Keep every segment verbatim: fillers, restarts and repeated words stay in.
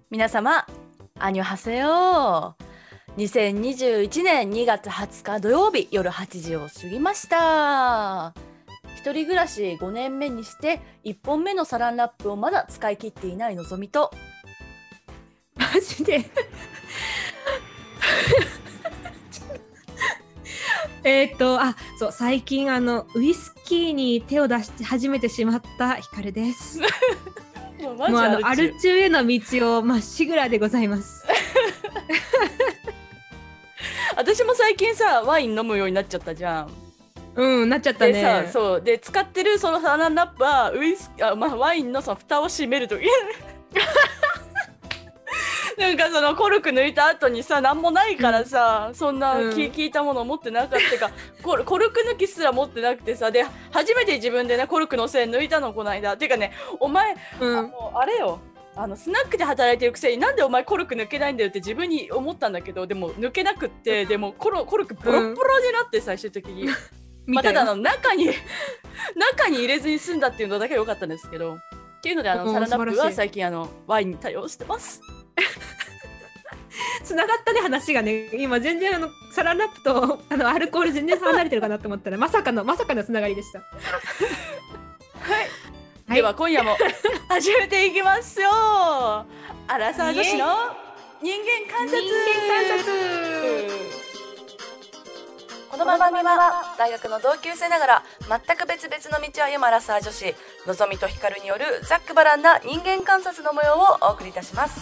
皆様アニョハセヨ。にせんにじゅういちねんにがつはつか土曜日夜はちじを過ぎました。一人暮らしごねんめにしていっぽんめのサランラップをまだ使い切っていないのぞみと、 マジでえっとあそう最近あのウイスキーに手を出し始めてしまったヒカルですもうもうあのアル中への道をまっしぐらでございます私も最近さワイン飲むようになっちゃったじゃん。 うんなっちゃったね。 でさ、そうで使ってるそのサランラップはウイスあ、まあ、ワインのその蓋を閉めるときなんかそのコルク抜いた後にさ何もないからさ、うん、そんな気利いたもの持ってなかったか、うん、コル、コルク抜きすら持ってなくてさ、で初めて自分でねコルクの線抜いたのこの間。てかねお前、うん、あのあれよあのスナックで働いてるくせになんでお前コルク抜けないんだよって自分に思ったんだけど、でも抜けなくって、でもコロコルクボロッボロになって最終的に、うんまあ、ただの中に中に入れずに済んだっていうのだけ良かったんですけど、っていうのであのサランラップは最近あのワインに対応してますつながったね話がね。今全然あのサランラップとあのアルコール全然離れてるかなと思ったらまさかのまさかのつながりでしたはい、 はい、では今夜も始めていきますよ。アラサー女子の人間観察。 人間観察。 この番組は大学の同級生ながら全く別々の道を歩むアラサー女子のぞみとひかるによるざっくばらんな人間観察の模様をお送りいたします。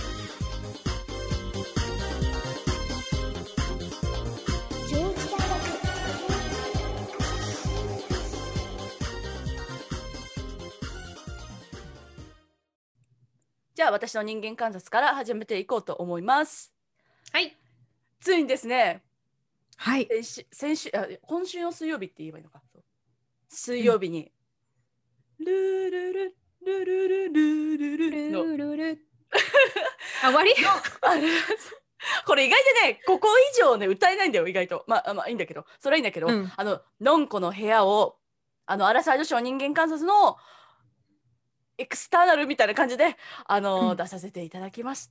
じゃあ私の人間観察から始めていこうと思います。 はい。 ついにですね。 はい。 先週、先週あ今週の水曜日って言えばいいのか。水曜日に、うん、ルールルルルルルルルルのルルルあ終わりこれ意外でねここ以上ね歌えないんだよ意外と。まあまあいいんだけど、それはいいんだけど、うん、あののんこの部屋をあのアラサー女子の人間観察のエクスターナルみたいな感じであの、うん、出させていただきました。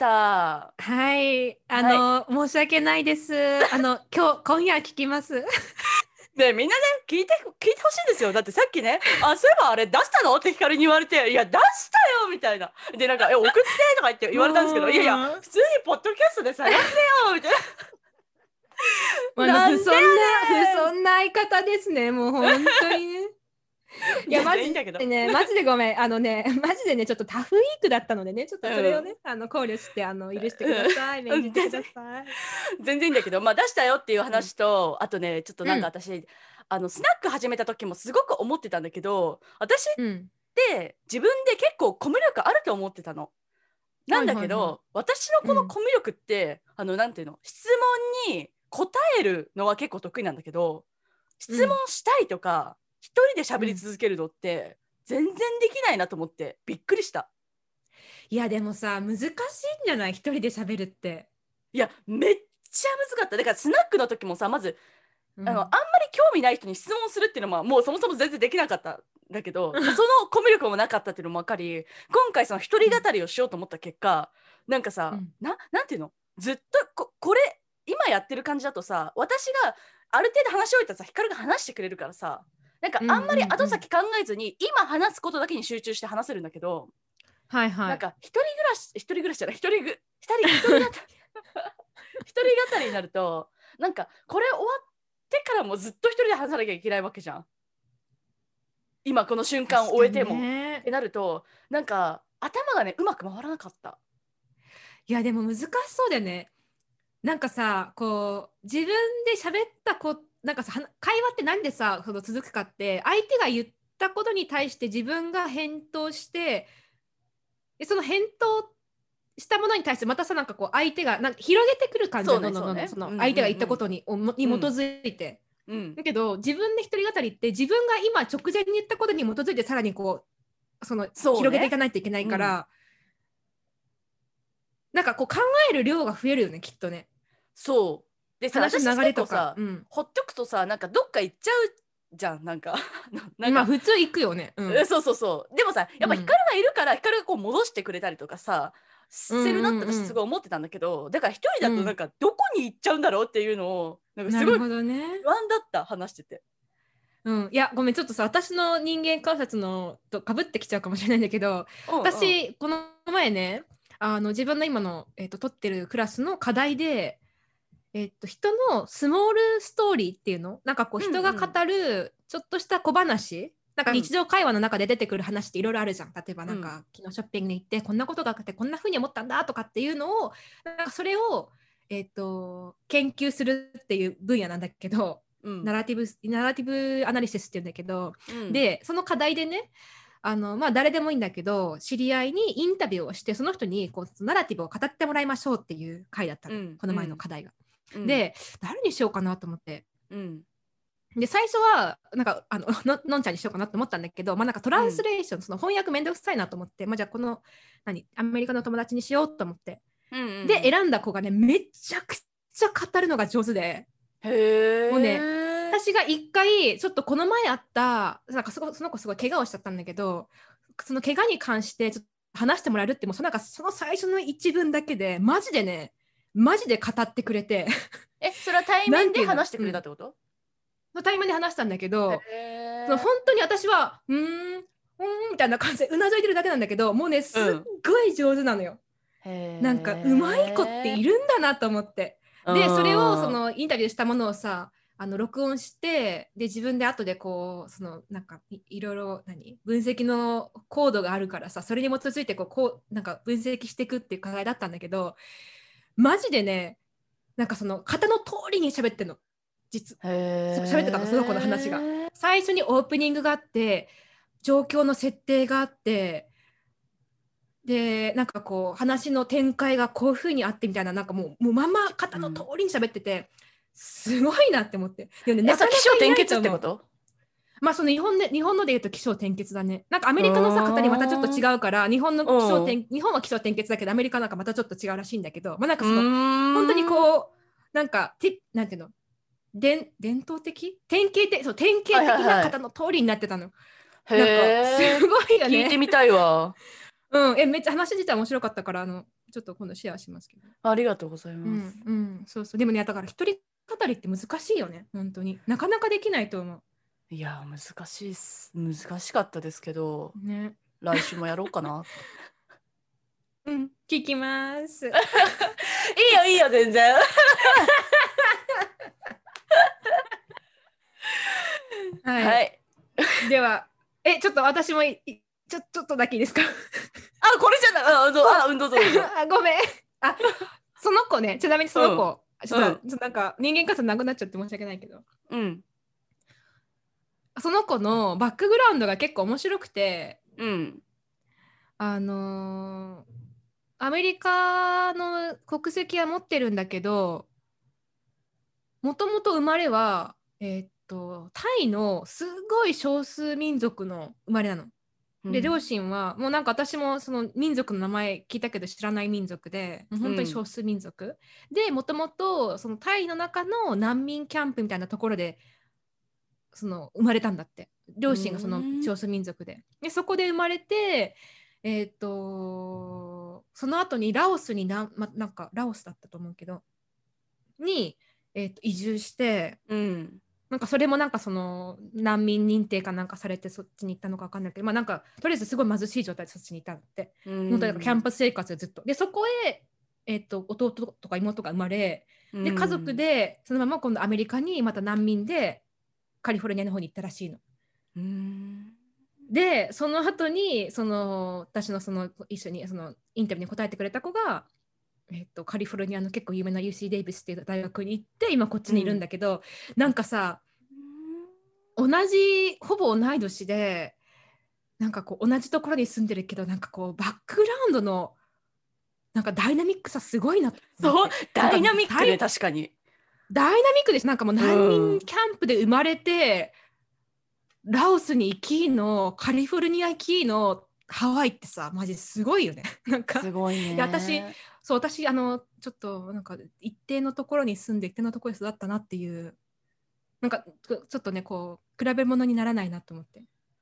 はいあの、はい、申し訳ないですあの今日今夜聞きますね、みんなね聞いて聞いてほしいんですよ。だってさっきねあそういえばあれ出したのってヒカルに言われて、いや出したよみたいなでなんかえ送ってとか言って言われたんですけどいやいや普通にポッドキャストで探せよみたいなまあ、不遜な不遜な相方ですねもう本当にねいやマジでねマジでごめんあのねマジでねちょっとタフウィークだったのでねちょっとそれをね、うん、あの考慮してあの許してください免じてください全然いいんだけど、まあ、出したよっていう話と、うん、あとねちょっとなんか私、うん、あのスナック始めた時もすごく思ってたんだけど私って自分で結構コミュ力あると思ってたのなんだけど、はいはいはい、私のこのコミュ力って、うん、あのなんていうの質問に答えるのは結構得意なんだけど質問したいとか、うん一人で喋り続けるのって全然できないなと思ってびっくりした。 いやでもさ難しいんじゃない一人で喋るって。 いやめっちゃ難かった。だからスナックの時もさまず、うん、あのあんまり興味ない人に質問するっていうのはもうそもそも全然できなかったんだけどそのコミュ力もなかったっていうのも分かり今回その一人語りをしようと思った結果、うん、なんかさ、うん、な, なんていうのずっと こ, これ今やってる感じだとさ私がある程度話し終えたらさヒカルが話してくれるからさなんかあんまり後先考えずに今話すことだけに集中して話せるんだけど、 はいはい、 なんか一人暮らし一人暮らしじゃない一人ぐ一人一人語り一人語りになるとなんかこれ終わってからもずっと一人で話さなきゃいけないわけじゃん今この瞬間を終えても、ね、ってなるとなんか頭がねうまく回らなかった。 いやでも難しそうだよね。なんかさこう自分で喋ったこなんかさ会話って何でさその続くかって相手が言ったことに対して自分が返答してでその返答したものに対してまたさなんかこう相手がなんか広げてくる感じなの、その相手が言ったことに、うんうんうん、に基づいて、うん、だけど自分で一人語りって自分が今直前に言ったことに基づいてさらにこうそのそう、ね、 広げていかないといけないから、うん、なんかこう考える量が増えるよねきっとね。 そうでさ話の流れとかさ、うん、ほっとくとさなんかどっか行っちゃうじゃんなんかなんかまあ普通行くよね、 うん、そうそうそうでもさやっぱヒカルがいるから、うん、ヒカルがこう戻してくれたりとかさせるなって私すごい思ってたんだけど、だから一人だとなんかどこに行っちゃうんだろうっていうのをなんかすごい不安だった、話してて。 うん、いやごめんちょっとさ私の人間観察のとかぶってきちゃうかもしれないんだけど、うんうん、私この前ねあの自分の今の、えーと、取ってるクラスの課題で、えーと、人のスモールストーリーっていうのなんかこう人が語るちょっとした小話、うんうん、なんか日常会話の中で出てくる話っていろいろあるじゃん。例えばなんか、うん、昨日ショッピングに行ってこんなことがあってこんな風に思ったんだとかっていうのをなんかそれを、えーと、研究するっていう分野なんだけど、うん、ナラティブナラティブアナリシスっていうんだけど、うん、でその課題でねあの、まあ、誰でもいいんだけど知り合いにインタビューをしてその人にこうナラティブを語ってもらいましょうっていう回だったの、うん、この前の課題が、うん、で誰にしようかなと思って、うん、で最初はなんかあの の, のんちゃんにしようかなと思ったんだけど、まあ、なんかトランスレーション、うん、その翻訳めんどくさいなと思って、まあ、じゃあこの何アメリカの友達にしようと思って、うんうん、で選んだ子がねめちゃくちゃ語るのが上手で、 へー、 もうね私が一回ちょっとこの前あったなんかその子すごい怪我をしちゃったんだけどその怪我に関してちょっと話してもらえるってもうそのなんかその最初の一文だけでマジでねマジで語ってくれてえそれは対面で話してくれたってこと？ うん、対面で話したんだけどその本当に私はうーんうーんみたいな感じでうなずいてるだけなんだけどもうねすっごい上手なのよ、うん、なんかうまい子っているんだなと思って、でそれをそのインタビューしたものをさあの録音してで自分で後でこうそのなんか い, いろいろ何分析のコードがあるからさそれに基づいてこうこうなんか分析していくっていう課題だったんだけどマジでねなんかその型の通りに喋ってんの実喋ってたのその子の話が最初にオープニングがあって状況の設定があってでなんかこう話の展開がこういう風にあってみたいななんかもうもうまんま型の通りに喋ってて、うんすごいなって思って。でもね、 なかなか起承転結ってこと？ まあその日本で日本ので言うと起承転結だね。なんかアメリカのさ方にまたちょっと違うから日本の起承転日本は起承転結だけどアメリカなんかまたちょっと違うらしいんだけど、まあなんかその本当にこうなんかてなんていうの伝伝統的典型的そう典型的な方の通りになってたの。はいはいはい、なんかすごいよね。 聞いてみたいわ。 うんえめっちゃ話自体面白かったからあのちょっと今度シェアしますけど。 ありがとうございます。 うん、うん、そうそうでもねだから一人語りって難しいよね本当になかなかできないと思う。 いや難しいっす難しかったですけど、 ね、 来週もやろうかなうん聞きますいいよいいよ全然はい、はい、ではえちょっと私もいちょちょっとだけいいですかあこれじゃないあどあどうぞどうぞあごめんあその子ねちなみにその子、うんちょっと、うん、ちょっとなんか人間観察なくなっちゃって申し訳ないけど、うん、その子のバックグラウンドが結構面白くて、うん、あのー、アメリカの国籍は持ってるんだけどもともと生まれは、えー、っとタイのすごい少数民族の生まれなの。で両親はもうなんか私もその民族の名前聞いたけど知らない民族でもう本当に少数民族、うん、でもともとそのタイの中の難民キャンプみたいなところでその生まれたんだって両親がその少数民族で、でそこで生まれてえっ、ー、とその後にラオスにな、ま、なんかラオスだったと思うけどに、えー、と移住して、うんなんかそれもなんかその難民認定かなんかされてそっちに行ったのか分かんないけど、まあ、なんかとりあえずすごい貧しい状態でそっちに行ったって、うん、本当にキャンパス生活でずっとでそこへ、えー、と弟とか妹が生まれで家族でそのまま今度アメリカにまた難民でカリフォルニアの方に行ったらしいの。うんでその後にその私のその一緒にそのインタビューに答えてくれた子がえっと、カリフォルニアの結構有名な ユーシー デイビスっていう大学に行って今こっちにいるんだけど、うん、なんかさ同じほぼ同い年でなんかこう同じところに住んでるけどなんかこうバックグラウンドのなんかダイナミックさすごいなって。 そうダイナミックね確かにダイナミックです。なんかもう難民キャンプで生まれて、うん、ラオスに行きのカリフォルニア行きのハワイってさマジすごいよねなんかすごいね。 私そう私あのちょっとなんか一定のところに住んで一定のところに育ったなっていうなんかちょっとねこう比べ物にならないなと思って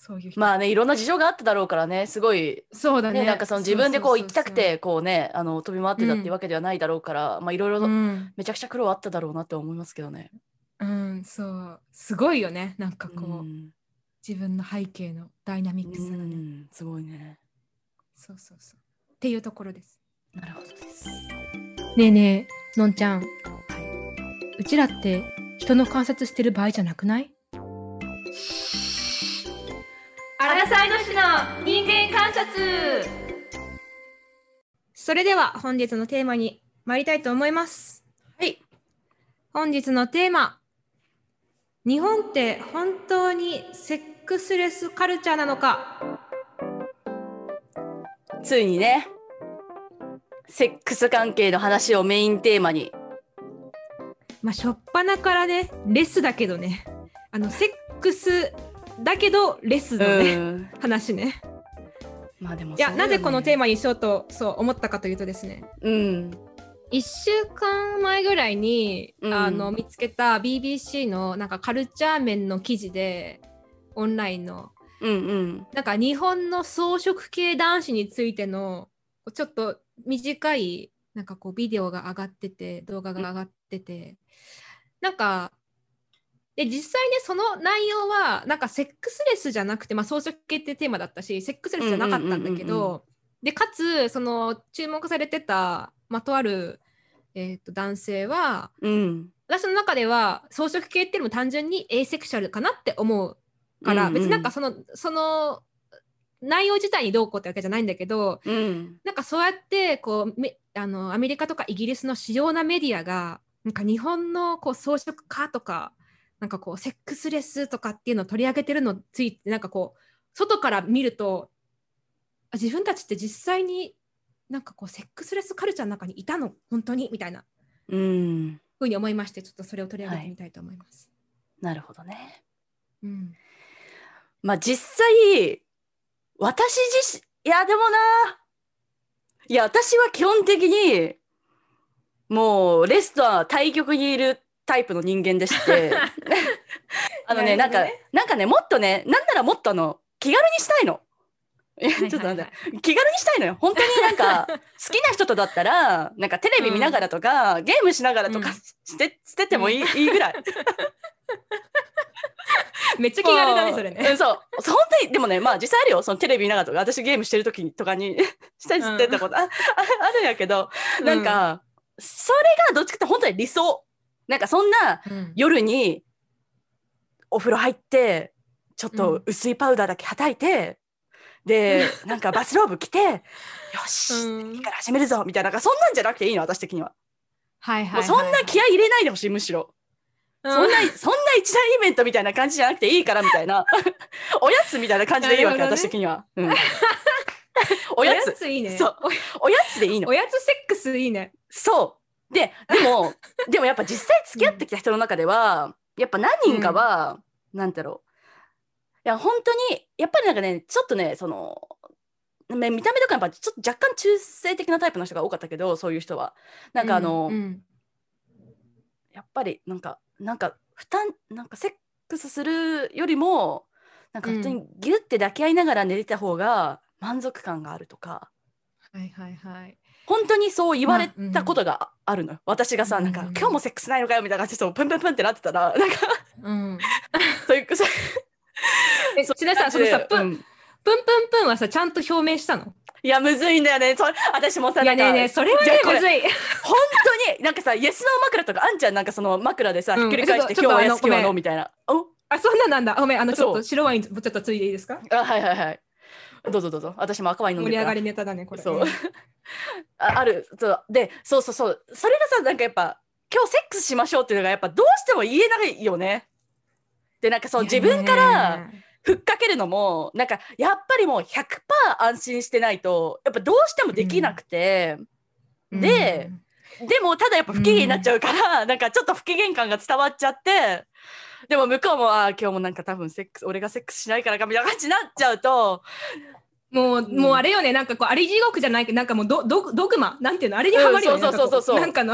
そういう人。 まあね、いろんな事情があっただろうからね、すごい、 そうだね。 ね、なんかその自分でこう行きたくそうそうそうて、こうね、あの飛び回ってたっていうわけではないだろうから、まあいろいろそう、うんめちゃくちゃ苦労あっただろうなって思いますけどね。 うん、そうすごいよね。なんかうこう、 ん、 自分の背景のダイナミックさがうね。 ん、すごいね。 そうそうそう。っていうところです。 なるほどです。 ねえねえ、のんちゃん。うちらって人の観察してる場合じゃなくない？アラサイの市の人間観察。それでは本日のテーマに参りたいと思います。 はい。 本日のテーマ。日本って本当にセックスレスカルチャーなのか？ ついにね、セックス関係の話をメインテーマに。 まあ、しょっぱなからね、レスだけどね。あの、セックスだけどレスのね、 うん、 話ね。 まあでもいや、 そうよね、 なぜこのテーマにしようとそう思ったかというとですね、 うんいっしゅうかんまえぐらいに、 うん、 あの見つけた ビービーシー のなんかカルチャー面の記事で、オンラインの、 うんうん、 なんか日本の草食系男子についてのちょっと短いなんかこうビデオが上がってて、動画が上がってて、なんかで実際ね、その内容はなんかセックスレスじゃなくて、まあ、草食系ってテーマだったし、セックスレスじゃなかったんだけど、 うんうんうんうんうん、 でかつその注目されてた、まあ、とある、えー、と男性は、 うん、 私の中では草食系っていうのも単純にエイセクシャルかなって思うから、 うんうん、 別になんかそのその内容自体にどうこうってわけじゃないんだけど、 うん、 なんかそうやってこうめあのアメリカとかイギリスの主要なメディアがなんか日本のこう草食家とかなんかこうセックスレスとかっていうのを取り上げてるのについて、なんかこう外から見ると、あ、自分たちって実際になんかこうセックスレスカルチャーの中にいたの本当にみたいなうん、 ふうに思いまして、ちょっとそれを取り上げてみたいと思います。 はい、なるほどね。 うん、 まあ実際私自身、いやでもないや私は基本的にもうレストラン対極にいるタイプの人間でしてあのね、なんかなんかね、もっとね、なんならもっとあの気軽にしたいの。いや、ちょっとなんだ、気軽にしたいのよ。本当になんか好きな人とだったらなんかテレビ見ながらとか、うん、ゲームしながらとか、うん、してしててもいい、うん、いいぐらい。 めっちゃ気軽だねそれね。 うん、そう本当に。でもね、まあ実際あるよ、そのテレビ見ながらとか、私ゲームしてる時とかにしたりしてたこと、うん、あ, あるんやけど、なんか、うん、それがどっちかって本当に理想。なんかそんな夜にお風呂入ってちょっと薄いパウダーだけはたいて、うん、でなんかバスローブ着てよし、うん、いいから始めるぞみたいな、そんなんじゃなくていいの、私的には。 はいはいはいはい、 もうそんな気合い入れないでほしい、むしろ。そんな、そんな一大イベントみたいな感じじゃなくていいからみたいなおやつみたいな感じでいいわけ、ね、私的には、うん、おやつ、 おやついいね。 そうおやつでいいの。 おやつセックスいいね。 そうで、でもでもやっぱ実際付き合ってきた人の中では、うん、やっぱ何人かは、うん、なんだろう、いや本当にやっぱりなんかね、ちょっとね、その見た目とかやっぱちょっと若干中性的なタイプの人が多かったけど、そういう人はなんかあの、うんうん、やっぱりなんかなんか負担、なんかセックスするよりもなんか本当にギュッて抱き合いながら寝れた方が満足感があるとか、 うん、はいはいはい、 本当にそう言われたことがあるのよ、まあうん、私がさ、なんか、うん、今日もセックスないのかよみたいな感じでプンプンプンってなってたら、なんか、うん、そういうそうえちなさん、そのさ、プン、うん、プンプンプンはさちゃんと表明したの？ いやむずいんだよね、それ私もさ、 いやねえねえ、それはねむずい。 本当になんかさ、イエスノー枕とかあんちゃん、なんかその枕でさ、ひっくり返して、うん、今日はイエス今日はノーみたいな。おあ、そんななんだ。ごめん、あのちょっと白ワインちょっとついでいいですか？ あ、はいはいはい、どうぞどうぞ。私も赤ワイン飲んでるから。 盛り上がりネタだねこれ。 そうあ, あるそうで、そうそうそう、それがさ、なんかやっぱ今日セックスしましょうっていうのがやっぱどうしても言えないよね。でなんかそう自分からふっかけるのもなんかやっぱりもう ひゃくパーセント 安心してないとやっぱどうしてもできなくて、うん、で、うん、でもただやっぱ不機嫌になっちゃうから、うん、なんかちょっと不機嫌感が伝わっちゃって、でも向こうもあ今日もなんか多分セックス俺がセックスしないからかみたいな感じになっちゃうと、 もう、うん、もうあれよね、なんかこうあり地獄じゃないけど、なんかもうドドドグマなんていうの、あれにハマるよね。 うん、そうそうそうそう、 なんかの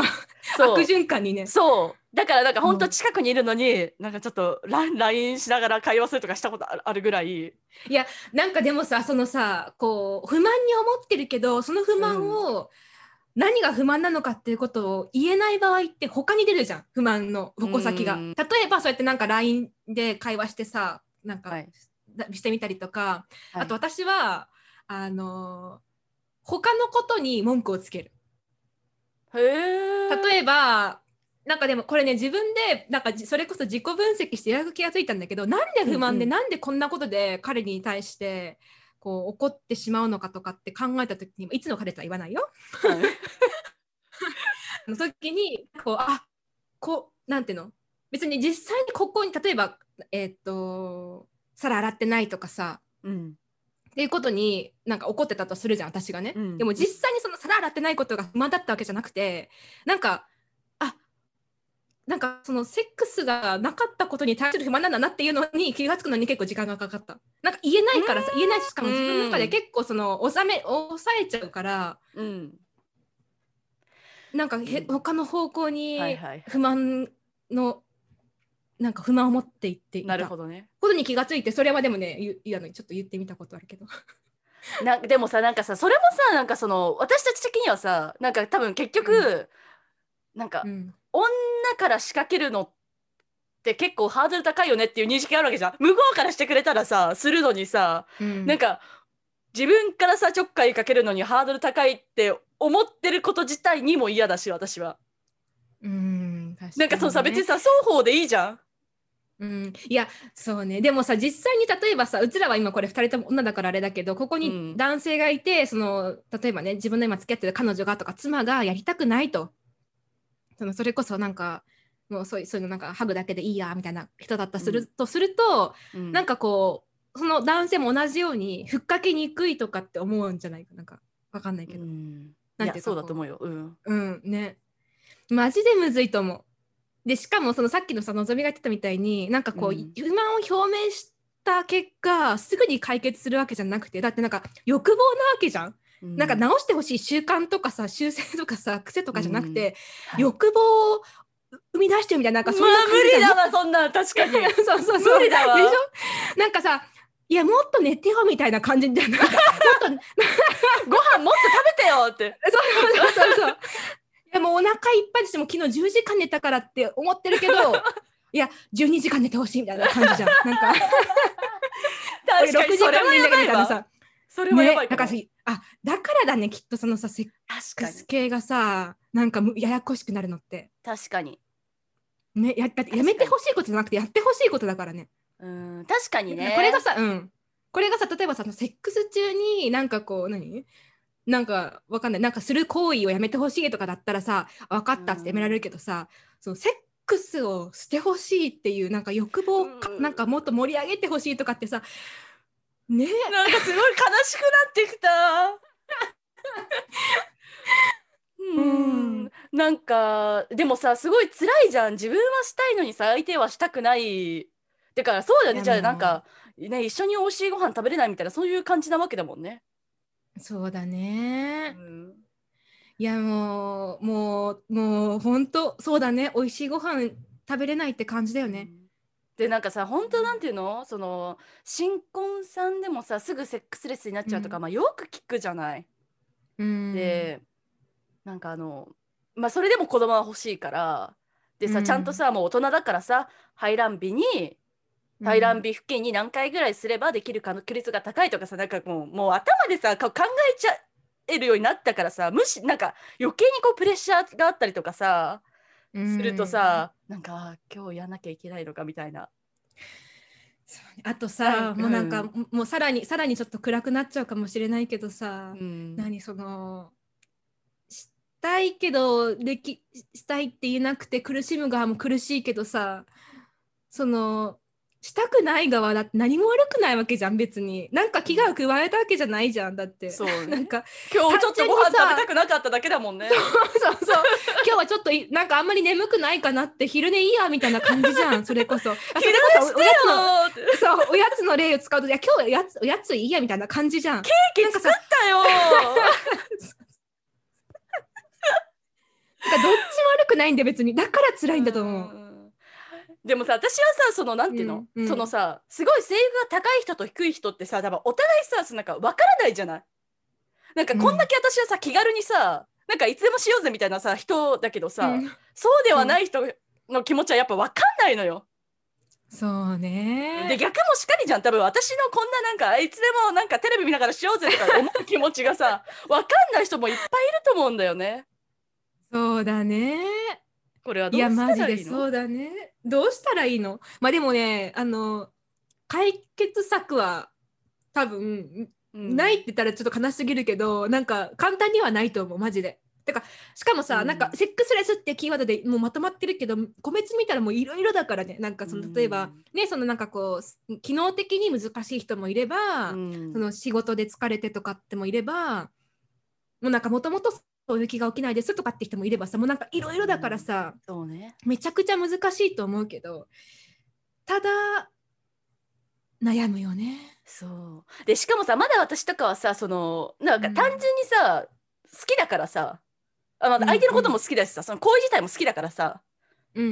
そう悪循環にね。 そうだからなんか本当近くにいるのに、うん、なんかちょっと ライン しながら会話するとかしたことあるぐらい。 いやなんかでもさそのさこう不満に思ってるけどその不満を、うん、何が不満なのかっていうことを言えない場合って他に出るじゃん不満の矛先が。例えばそうやってなんか ライン で会話してさなんか、はい、してみたりとか、はい、あと私はあの他のことに文句をつける。 へー。 例えばなんかでもこれね自分でなんかそれこそ自己分析してようやく気がついたんだけどなんで不満で、うんうん、なんでこんなことで彼に対してこう怒ってしまうのかとかって考えた時にいつの彼とは言わないよ。はい、の時にこうあこうなんていうの別に実際にここに例えばえー、っと皿洗ってないとかさ、うん、っていうことになんか怒ってたとするじゃん私がね、うん、でも実際にその皿洗ってないことが不満だったわけじゃなくてなんかあなんかそのセックスがなかったことに対する不満なんだなっていうのに気がつくのに結構時間がかかった。なんか言えないからさ言えないししかも自分の中で結構その収め抑えちゃうから、うん、なんかへ、うん、他の方向に不満の、はいはい、なんか不満を持っていっていたなるほどねことに気がついてそれはでもねいやちょっと言ってみたことあるけどなでもさなんかさそれもさなんかその私たち的にはさなんか多分結局、うん、なんか、うん、女から仕掛けるのって結構ハードル高いよねっていう認識があるわけじゃん。向こうからしてくれたらさするのにさ、うん、なんか自分からさちょっかいかけるのにハードル高いって思ってること自体にも嫌だし私は。 うーん確かにね、 なんかそうさ別にさ双方でいいじゃん。 うん、いやそうねでもさ実際に例えばさうちらは今これふたりとも女だからあれだけどここに男性がいて、うん、その例えばね自分の今付き合ってる彼女がとか妻がやりたくないとそのそれこそなんかもうそういうそういうのなんかハグだけでいいやみたいな人だったとする、うん、とすると、うん、なんかこうその男性も同じようにふっかけにくいとかって思うんじゃないかなんかわかんないけど、うん、 なんていうかそうだと思うよ。うん、 うんねマジでむずいと思う。でしかもそのさっきのさのぞみが言ってたみたいになんかこう、うん、不満を表明した結果すぐに解決するわけじゃなくてだってなんか欲望なわけじゃん、うん、なんか直してほしい習慣とかさ習性とかさ癖とかじゃなくて、うんはい、欲望を生み出してるみたいななんかそんな感じ、 まあ、無理だわそんな確かにそうそうそう無理だわでしょなんかさいやもっと寝てよみたいな感じじゃないもっとご飯もっと食べてよってそうそうそうそういやもうお腹いっぱいでしても昨日じゅうじかん寝たからって思ってるけどいやじゅうにじかん寝てほしいみたいな感じじゃんなんか確かにそれはやばいわさそれはやばいかも、ね、だからあだからだねきっとそのさセックス系がさなんかややこしくなるのって確かにねやだってやめてほしいことじゃなくてやってほしいことだからねうん確かにねこれがさうんこれがさ例えばさセックス中になんかこう何なんかわかんないなんかする行為をやめてほしいとかだったらさ分かったってやめられるけどさ、うん、そのセックスをしてほしいっていうなんか欲望か、うん、なんかもっと盛り上げてほしいとかってさねなんかすごい悲しくなってきたうん、うん、なんかでもさすごい辛いじゃん自分はしたいのにさ相手はしたくないだからそうだよねじゃあなんか、ね、一緒に美味しいご飯食べれないみたいなそういう感じなわけだもんね。 そうだね、うん、いやもうもうもう本当そうだね美味しいご飯食べれないって感じだよね、うん、 でなんかさ本当なんていうのその新婚さんでもさすぐセックスレスになっちゃうとか、うん、まあ、よく聞くじゃない、うん、でなんかあのまあそれでも子供は欲しいからでさ、うん、ちゃんとさもう大人だからさ排卵日に排卵日付近に何回ぐらいすればできる確率が高いとかさなんかもう、もう頭でさ考えちゃえるようになったからさむしなんか余計にこうプレッシャーがあったりとかさするとさなんか今日やんなきゃいけないのかみたいな。 あとさ、うん、もうなんかもうさらにさらにちょっと暗くなっちゃうかもしれないけどさ、うん、何そのしたいけどできしたいって言えなくて苦しむ側も苦しいけどさそのしたくない側だって何も悪くないわけじゃん別になんか気が加えたわけじゃないじゃんだってそう、ね、 なんか今日ちょっとご飯食べたくなかっただけだもんね。 そうそうそう今日はちょっとなんかあんまり眠くないかなって昼寝いいやみたいな感じじゃんそれこそ昼寝してよーそうおやつの例を使うといや今日おやつおやついいやみたいな感じじゃん。 ケーキ作ったよなんかどっちも悪くないんで別にだから辛いんだと思う。 うんでもさ私はさそのなんていうの、 うんうん、 そのさすごい声優が高い人と低い人ってさ多分お互いさそのなんか分からないじゃない。なんかこんだけ私はさ、うん、気軽にさなんかいつでもしようぜみたいなさ人だけどさ、うん、そうではない人の気持ちはやっぱ分かんないのよ。 そうね。 で逆もしかりじゃん。多分私のこんななんかいつでもなんかテレビ見ながらしようぜとか思う気持ちがさ分かんない人もいっぱいいると思うんだよね。 そうだね。 これはどうしたらいいの？いやマジでそうだね。どうしたらいいの？まあでもねあの解決策は多分、うん、ないって言ったらちょっと悲しすぎるけどなんか簡単にはないと思うマジで。てかしかもさ、うん、なんかセックスレスってキーワードでもうまとまってるけど個別見たらもういろいろだからね。なんかその例えば、うん、ねそのなんかこう機能的に難しい人もいれば、うん、その仕事で疲れてとかってもいればもうなんかもともとそういう気が起きないですとかって人もいればさもうなんかいろいろだからさ、 うんそうね、 めちゃくちゃ難しいと思うけどただ悩むよね。 そうでしかもさまだ私とかはさそのなんか単純にさ、うん、好きだからさあ、まあ、相手のことも好きだしさ、うんうん、その行為自体も好きだからさ、 うんうん、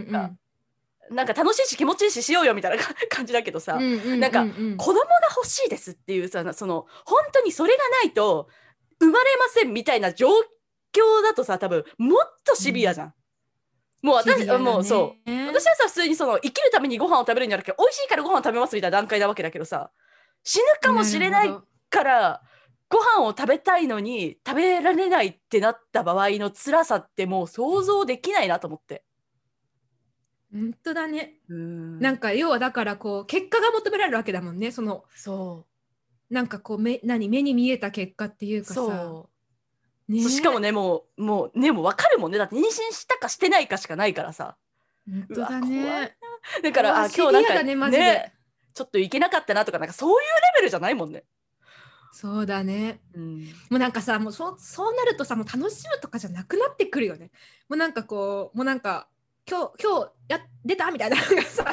なんか楽しいし気持ちいいししようよみたいな感じだけどさ、うんうんうんうん、なんか子供が欲しいですっていうさその本当にそれがないと生まれませんみたいな状況だとさ多分もっとシビアじゃん、うんもう私、ね、もうそう私はさ普通にその生きるためにご飯を食べるんじゃなくて美味しいからご飯を食べますみたいな段階なわけだけどさ死ぬかもしれないからご飯を食べたいのに食べられないってなった場合の辛さってもう想像できないなと思って。 本当だね。うんなんか要はだからこう結果が求められるわけだもんね。そのそうなんかこう目何目に見えた結果っていうかさそうね、しかもねもうもうねもう分かるもんねだって妊娠したかしてないかしかないからさ。 本当だね。 だからあ今日なんかねマジでねちょっといけなかったなとかなんかそういうレベルじゃないもんね。 そうだね、うん、もうなんかさもう そ, そうなるとさもう楽しむとかじゃなくなってくるよね。もうなんかこうもうなんか今日今日や出たみたいなさ今日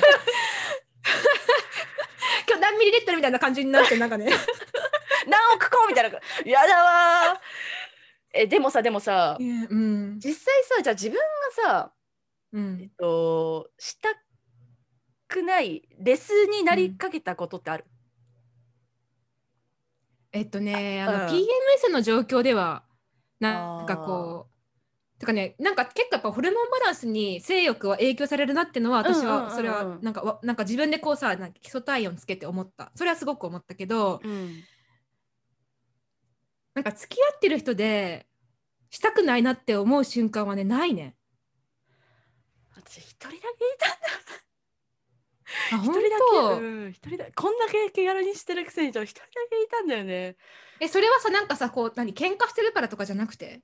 何ミリリットルみたいな感じになってなんかね何億個みたいなやだわえでもさでもさ、 yeah, うん、 実際さじゃあ自分がさ、 うんえっと、したくないレスになりかけたことってある？ うん、えっとねあの、うん、ピーエムエス の状況ではなんかこうてかねなんか結構やっぱホルモンバランスに性欲は影響されるなってのは私はそれはなんかなんか自分でこうさなんか基礎体温つけて思ったそれはすごく思ったけど、うん、なんか付き合ってる人でしたくないなって思う瞬間はねないね。 私一人だけいたんだあ一人だけ、うん、一人だこんだけ気軽にしてるくせに一人だけいたんだよね。 えそれはさなんかさこう何喧嘩してるからとかじゃなくて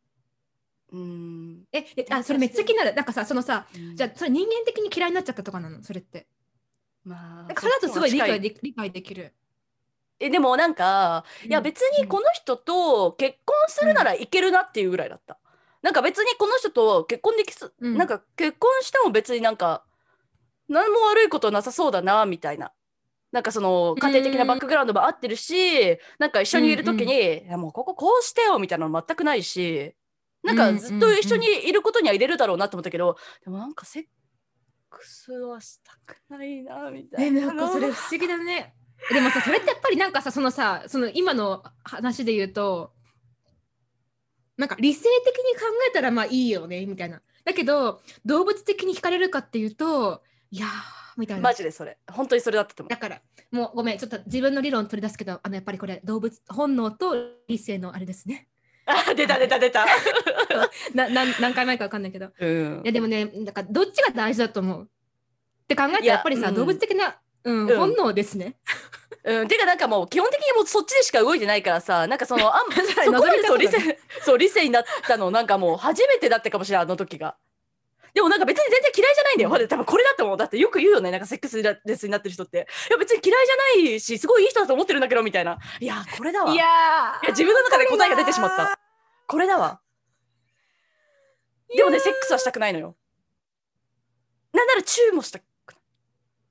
うんええあそれめっちゃ気になる。なんかさそのさ、うん、じゃあそれ人間的に嫌いになっちゃったとかなのそれって。まあそれだとすごい理解で理解できる。 えでもなんか、うん、いや別にこの人と結婚するならいけるなっていうぐらいだった、うん、なんか別にこの人と結婚できす、うん、なんか結婚しても別になんか何も悪いことなさそうだなみたいななんかその家庭的なバックグラウンドも合ってるしなんか一緒にいる時に、うんうん、いやもうこここうしてよみたいなの全くないしなんかずっと一緒にいることには入れるだろうなと思ったけど、うんうんうん、でもなんかセックスはしたくないなみたいな。 えなんかそれ不思議だね。でもさそれってやっぱりなんかさそのさその今の話で言うとなんか理性的に考えたらまあいいよねみたいなだけど動物的に惹かれるかっていうといやーみたいな。 マジでそれ本当にそれだったと思う。 だからもうごめんちょっと自分の理論取り出すけどあのやっぱりこれ動物本能と理性のあれですね。 あ出た出た出たなな何回前か分かんないけど、 うん、 いやでもねだからどっちが大事だと思うって考えたらやっぱりさ、うん、動物的な、うんうん、本能ですね。 うん、てかなんかもう基本的にもうそっちでしか動いてないからさなんかそのあんそこまでそう理性そう理性になったのなんかもう初めてだったかもしれないあの時が。でもなんか別に全然嫌いじゃないんだよ、うん、多分これだと思う。だってよく言うよねなんかセックスレスになってる人っていや別に嫌いじゃないしすごいいい人だと思ってるんだけどみたいな。いやこれだわ。 いやいや自分の中で答えが出てしまった。これだわ。でもねセックスはしたくないのよ。なんならチューもしたくない。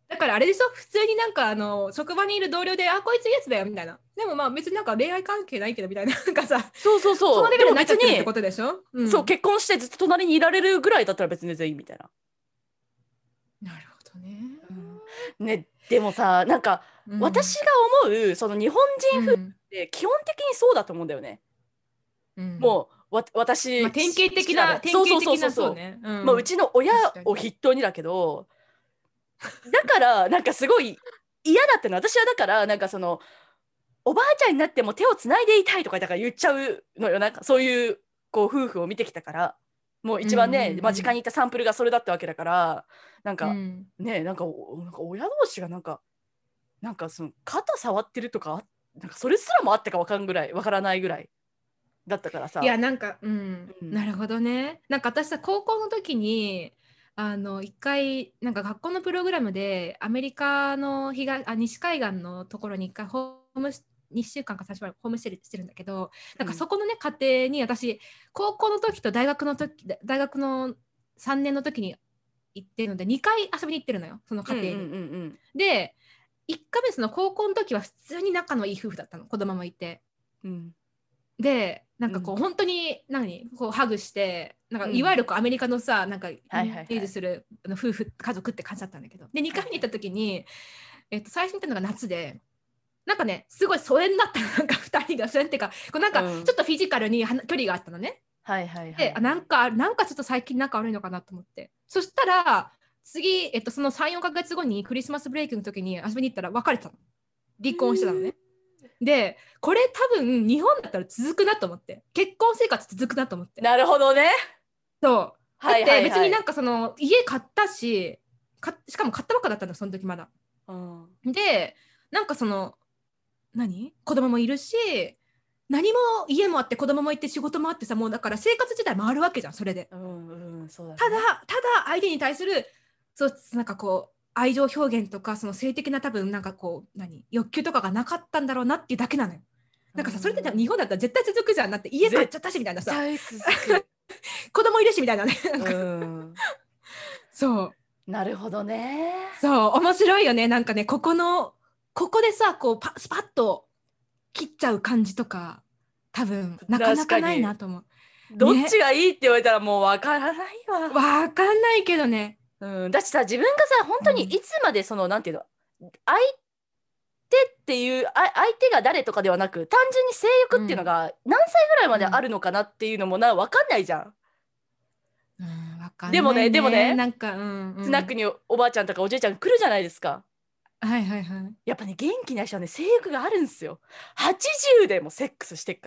だからあれでしょ、普通になんかあの職場にいる同僚で、あこいついいやつだよみたいな、でもまあ別になんか恋愛関係ないけどみたいな、なんかさ、 そうそうそう。 そのレベルになっちゃってるってでも別にことでしょ、うん、 そう結婚してずっと隣にいられるぐらいだったら別に全然いいみたいな。 なるほどね、 うん、ねでもさなんか、うん、私が思うその日本人夫婦って基本的にそうだと思うんだよね。うん、もうわ私、 まあ、典型的な典型的なそうね。 まあうちの親を筆頭にだけど、だからなんかすごい嫌だったの。私はだからなんかそのおばあちゃんになっても手をつないでいたいとかだから言っちゃうのよ。なんかそういうこう夫婦を見てきたから、もう一番ね、うんうんうん、間近にいたサンプルがそれだったわけだから、なんか、うん、ねなんかなんか親同士がなんかなんかその肩触ってるとかなんかそれすらもあってか分かんぐらい分からないぐらいだったからさ。 いやなんか、うんうん、なるほどね。なんか私さ高校の時にあの一回なんか学校のプログラムでアメリカの東あ西海岸のところに一回ホームにしゅうかんかさんしゅうかんホームステイしてるんだけど、なんかそこのね家庭に私高校の時と大学の時大学のさんねんの時に行ってるのでにかい遊びに行ってるのよ、その家庭に、うんうんうんうん、でいっかめその高校の時は普通に仲のいい夫婦だったの、子供もいて、うん、でなんかこう、うん、本当に何こうハグしてなんかいわゆるこうアメリカのさなんかイメージする夫婦家族って感じだったんだけど、でにかいに行った時に、えっと、最初に行ったのが夏でなんかねすごい疎遠だったの、なんかふたりが疎遠っていうかこうなんかちょっとフィジカルに距離があったのね、うん、はいはいはい、であなんかなんかちょっと最近仲悪いのかなと思って、そしたら次、えっと、そのさん、よんかげつごにクリスマスブレイクの時に遊びに行ったら別れてたの、離婚してたのね。でこれ多分日本だったら続くなと思って、結婚生活続くなと思って。 なるほどね。 そうだって別になんかその家買ったしかしかも買ったばっかだったんだその時まだ、うん、でなんかその何子供もいるし何も家もあって子供もいて仕事もあってさ、もうだから生活自体回るわけじゃんそれで、うんうんそうだね、ただただ相手に対するそうなんかこう愛情表現とかその性的な多分なんかこう何欲求とかがなかったんだろうなっていうだけなのよ。なんかさそれって日本だったら絶対続くじゃん、だって家買っちゃったしみたいなさ子供いるしみたいなねなんかうんそうなるほどね。 そう面白いよね、なんかねここのここでさこうパスパッと切っちゃう感じとか多分なかなかないなと思う。 どっちがいいって言われたらもう分からないわ。 分かんないけどね。 うん、だってさ自分がさ本当にいつまでその、うん、なんていうの相手っていうあ相手が誰とかではなく単純に性欲っていうのが何歳ぐらいまであるのかなっていうのもな分かんないじゃん。 うん、分かんないね。 でもねでもねなんか、うんうん、 スナックにおばあちゃんとかおじいちゃん来るじゃないですか。 はいはいはい。 やっぱね元気な人はね性欲があるんですよ。はちじゅうでもセックスしてっから。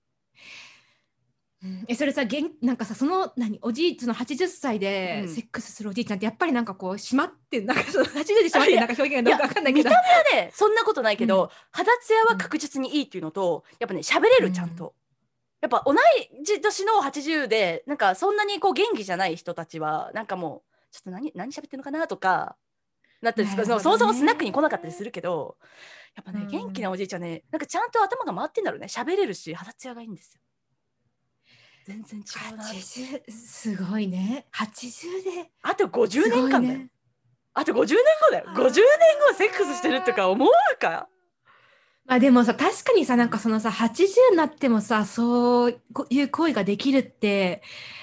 うん、えそれさげんなんかさその何おじいそのはちじゅっさいでセックスするおじいちゃんってやっぱりなんかこう締まってなんかそのはちじゅうで締まってなんか表現がどうか分かんないけど、 見た目はねそんなことないけど、うん、肌ツヤは確実にいいっていうのと、やっぱね喋れるちゃんと、うん、やっぱ同い年のはちじゅうでなんかそんなにこう元気じゃない人たちはなんかもうちょっと何何喋ってるのかなとかなったりする、ね、そもそもスナックに来なかったりするけど、やっぱね、うん、元気なおじいちゃんねなんかちゃんと頭が回ってんだろうね、喋れるし肌ツヤがいいんですよ。全然違うな。はちじゅうすごいね。はちじゅうであとごじゅうねんかんだよ、ね、あとごじゅうねんごだよ。ごじゅうねんごセックスしてるとか思うか。 まあでもさ確かにさなんかそのさはちじゅうになってもさそういう行為ができるって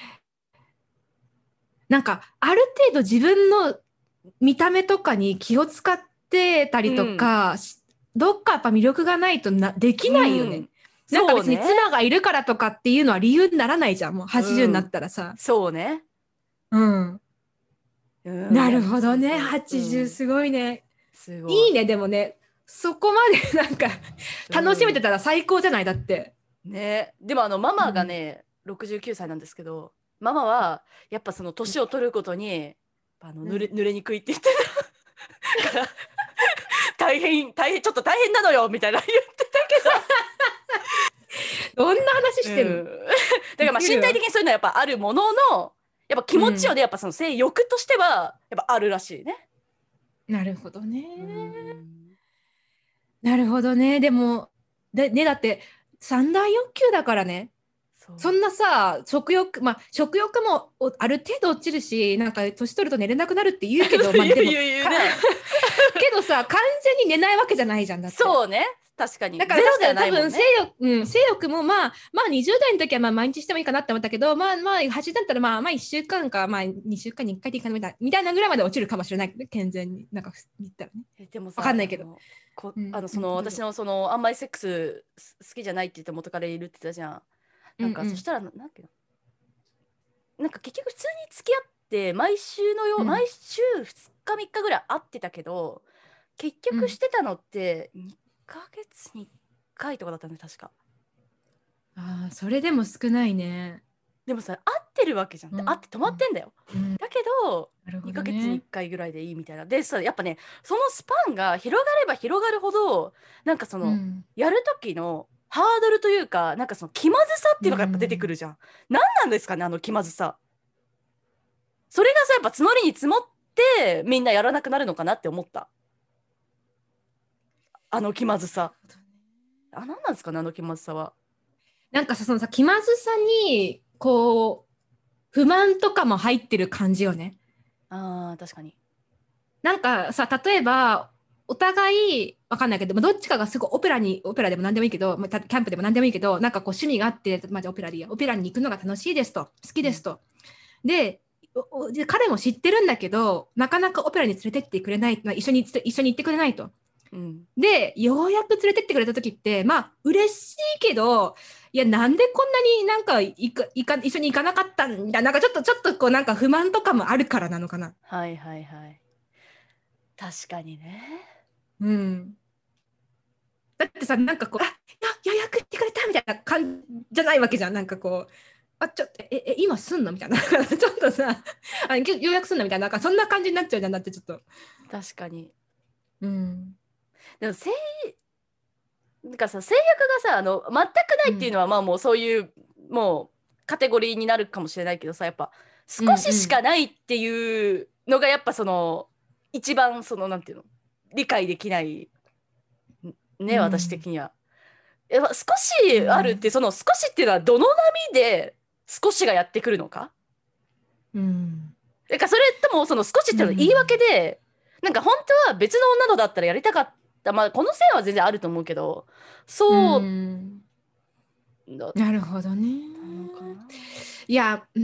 なんかある程度自分の見た目とかに気を使ってたりとか、うん、どっかやっぱ魅力がないとなできないよね、うんなんか別に妻がいるからとかっていうのは理由にならないじゃん、もうはちじゅうになったらさ、 うん、そうね、 うん、うん、なるほどね、はちじゅうすごいね、うん、すごいいいね。でもねそこまでなんか楽しめてたら最高じゃない、だってね。でもあのママがね、うん、ろくじゅうきゅうさいなんですけど、ママはやっぱその年を取ることにあの濡れ、濡れにくいって言ってたから大変大変ちょっと大変なのよみたいな言ってたけどどんな話してるの、うん、だからまあ身体的にそういうのはやっぱあるもののやっぱ気持ちよでやっぱその性欲としてはやっぱあるらしいね、 うん、なるほどね、うん、なるほどね。でもで、ね、だって三大欲求だからね。 そんなさ食欲まあ食欲もある程度落ちるしなんか年取ると寝れなくなるって言うけどまあでもけどさ完全に寝ないわけじゃないじゃんだって。 そうね確かにだから確かに多分性欲、うん、性欲もまあまあにじゅう代の時はまあ毎日してもいいかなって思ったけどまあまあはちだったらまあまあいっしゅうかんかまあにしゅうかんにいっかいでいいかなみたいなみたいなぐらいまで落ちるかもしれないけど健全になんか言ったらね。えでもさ分かんないけどこあのその、うん、私のそのあんまりセックス好きじゃないって言って元彼いるって言ったじゃん。なんか、うんうん、そしたらなんだっけなんか結局普通に付き合って毎週のよう、うん、毎週ふつかみっかぐらい会ってたけど結局してたのってにかげつにいっかいとかだったね確か。 ああそれでも少ないね。 でもさ会ってるわけじゃん、うん、会って止まってんだよ、うん、だけど、ね、にかげつにいっかいぐらいでいいみたいなでさやっぱねそのスパンが広がれば広がるほどなんかその、うん、やる時のハードルというかなんかその気まずさっていうのがやっぱ出てくるじゃん、うん、何なんですかねあの気まずさ。それがさやっぱ募りに積もってみんなやらなくなるのかなって思った。あの気まずさあ何なんですかねあの気まずさは。 なんかさそのさ気まずさにこう不満とかも入ってる感じよね。 あー確かに。 なんかさ例えばお互いわかんないけどどっちかがすごいオペラにオペラでも何でもいいけどキャンプでも何でもいいけどなんかこう趣味があってまあじゃあオペラでいいやオペラに行くのが楽しいですと好きですと、うん、で彼も知ってるんだけどなかなかオペラに連れてってくれない、まあ、一緒に一緒に行ってくれないと。うん、でようやく連れてってくれた時ってまあ嬉しいけどいやなんでこんなになんかいかいか一緒に行かなかったんだなんかちょっとちょっとこうなんか不満とかもあるからなのかな。 はいはいはい確かにね。 うんだってさなんかこうあ予約してくれたみたいな感じじゃないわけじゃん。なんかこうあちょっとええ今すんのみたいなちょっとさあ予約すんのみたいななんかそんな感じになっちゃうじゃんだってちょっと。 確かに。 うんでも性なんかさ制約がさあの全くないっていうのは、うん、まあもうそういうもうカテゴリーになるかもしれないけどさやっぱ少ししかないっていうのがやっぱその、うんうん、一番そのなんていうの理解できないね、うん、私的には。やっぱ少しあるって、うん、その少しっていうのはどの波で少しがやってくるのか、うん、だからそれともその少しっていうのは言い訳で、うん、なんか本当は別の女のだったらやりたかった、まあこの線は全然あると思うけどそう、うん、 なるほどね。いや、うん、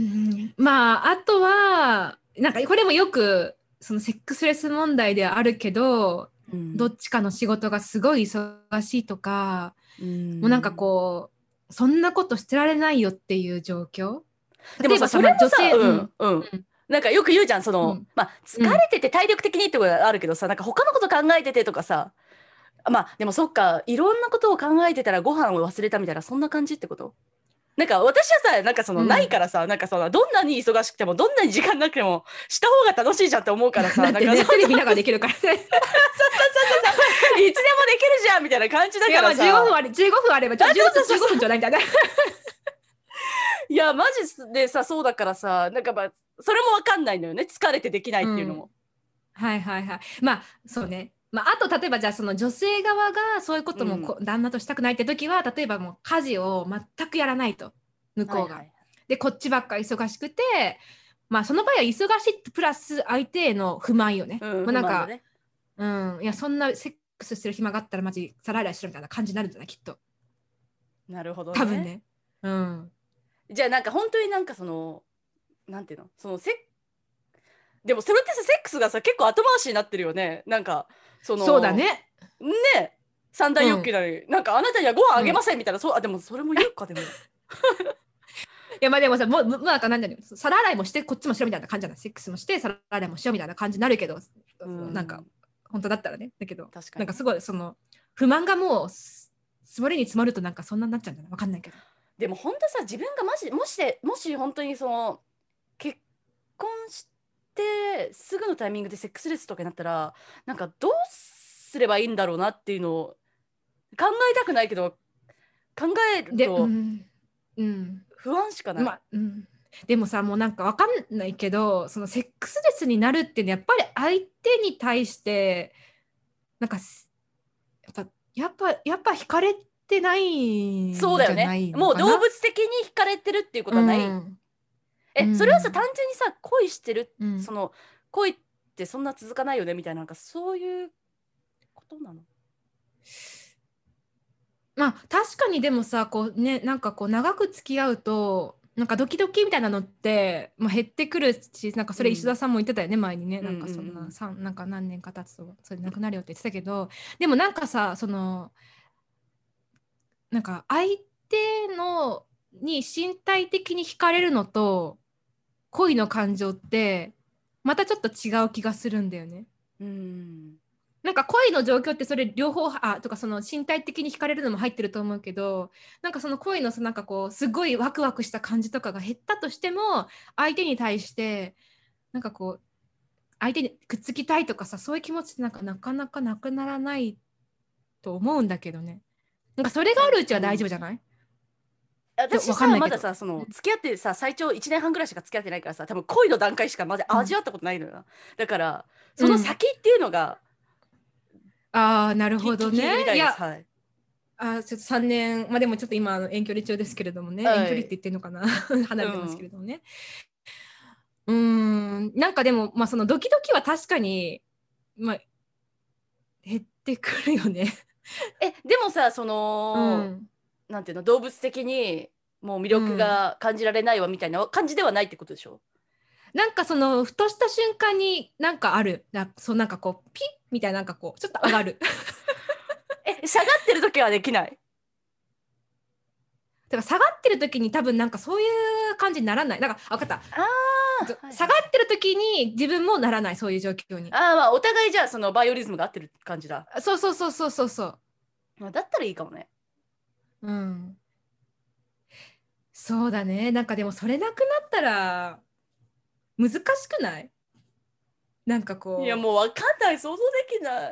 まああとはなんかこれもよくそのセックスレス問題ではあるけど、うん、どっちかの仕事がすごい忙しいとか、うん、もうなんかこうそんなことしてられないよっていう状況。 でもさそれもさ、女性、うんうん、なんかよく言うじゃんその、うん、まあ疲れてて体力的にってことがあるけどさ、なんか他のこと考えててとかさ、まあでもそっかいろんなことを考えてたらご飯を忘れたみたいなそんな感じってこと？なんか私はさなんかそのないからさ、うん、なんかそのどんなに忙しくてもどんなに時間なくてもした方が楽しいじゃんって思うからさ、 だってね、なんかテレビ見ながらできるからねそうそうそうそういつでもできるじゃんみたいな感じだからさ、 いやまあじゅうごふんあれじゅうごふんあればじゅうごふんちょうだいみたいないやマジでさそうだからさなんかまあそれも分かんないのよね疲れてできないっていうのも、 うん、はいはいはいまあそうね。まあ、あと例えばじゃあその女性側がそういうこともこ、うん、旦那としたくないって時は例えばもう家事を全くやらないと向こうが、はいはい、でこっちばっか忙しくてまあその場合は忙しいプラス相手への不満よね、うん、まあなんか、ね、うんいやそんなセックスする暇があったらマジさらいらしろみたいな感じになるんじゃないきっと。 なるほどね多分ね。うんじゃあなんか本当になんかそのなんていうのそのセでもそれってさセックスがさ結構後回しになってるよね。なんかそのそうだねね三大欲求なのに、うん、なんかあなたにはご飯あげませんみたいな、うん、そうあでもそれも言うかでもいやまあでもさもうなんかなんだろう皿洗いもしてこっちもしろみたいな感じじゃない。セックスもして皿洗いもしようみたいな感じになるけど、うん、なんか本当だったらねだけど確かになんかすごいその不満がもう積もりに積もるとなんかそんなになっちゃうんじゃないわかんないけど。 でも本当さ自分がマジもしもし本当にその結婚してすぐのタイミングでセックスレスとかになったらなんかどうすればいいんだろうなっていうのを考えたくないけど考えると不安しかない、 まうん、でもさもうなんか分かんないけどそのセックスレスになるっていうのはやっぱり相手に対してなんかやっぱやっぱやっぱ惹かれててないんじそうだよゃないね。もうのかな。 動物的に惹かれてるっていうことはない。 うんえ、 うんそれはさ、単純にさ、恋してる、 うんその恋ってそんな続かないよねみたいな、なんかそういうことなの？ まあ確かにでもさこうねなんかこう長く付き合うとなんかドキドキみたいなのって、まあ、減ってくるしなんかそれ石田さんも言ってたよね、前にね。なんかそんうんうんうなんさんなんか何年か経つとそれなくなるよって言ってたけど、でもなんかさそのなんか相手のに身体的に惹かれるのと恋の感情ってまたちょっと違う気がするんだよね。 うんなんか恋の状況ってそれ両方あとかその身体的に惹かれるのも入ってると思うけど、なんかその恋のさなんかこうすごいワクワクした感じとかが減ったとしても相手に対してなんかこう相手にくっつきたいとかさそういう気持ちってなんかなかなかなくならないと思うんだけどね。なんかそれがあるうちは大丈夫じゃない？ 私わかんないけど。 さまださその付き合ってさ最長いちねんはんぐらいしか付き合ってないからさ、多分恋の段階しかまだ味わったことないのよな、うん、だからその先っていうのが、 うん、ああなるほどね。 聞いてみたいです。 いや、はい、あちょっとさんねんまあでもちょっと今遠距離中ですけれどもね、はい、遠距離って言ってるのかな離れてますけれどもね。うん、うんなんかでもまあそのドキドキは確かにまあ減ってくるよねえでもさその、うん、なんていうの動物的にもう魅力が感じられないわみたいな感じではないってことでしょ？ なんかそのふとした瞬間になんかあるな、そうなんかこうピッみたいななんかこうちょっと上がるえ下がってる時はできない？ だから下がってる時に多分なんかそういう感じにならない。なんか分かった。 あ下がってる時に自分もならないそういう状況に。 ああまあお互いじゃあそのバイオリズムが合ってる感じだ。 そうそうそうそうそうそう。 だったらいいかもね。 うん。そうだね。なんかでもそれなくなったら難しくない？なんかこう。 いやもう分かんない想像できない。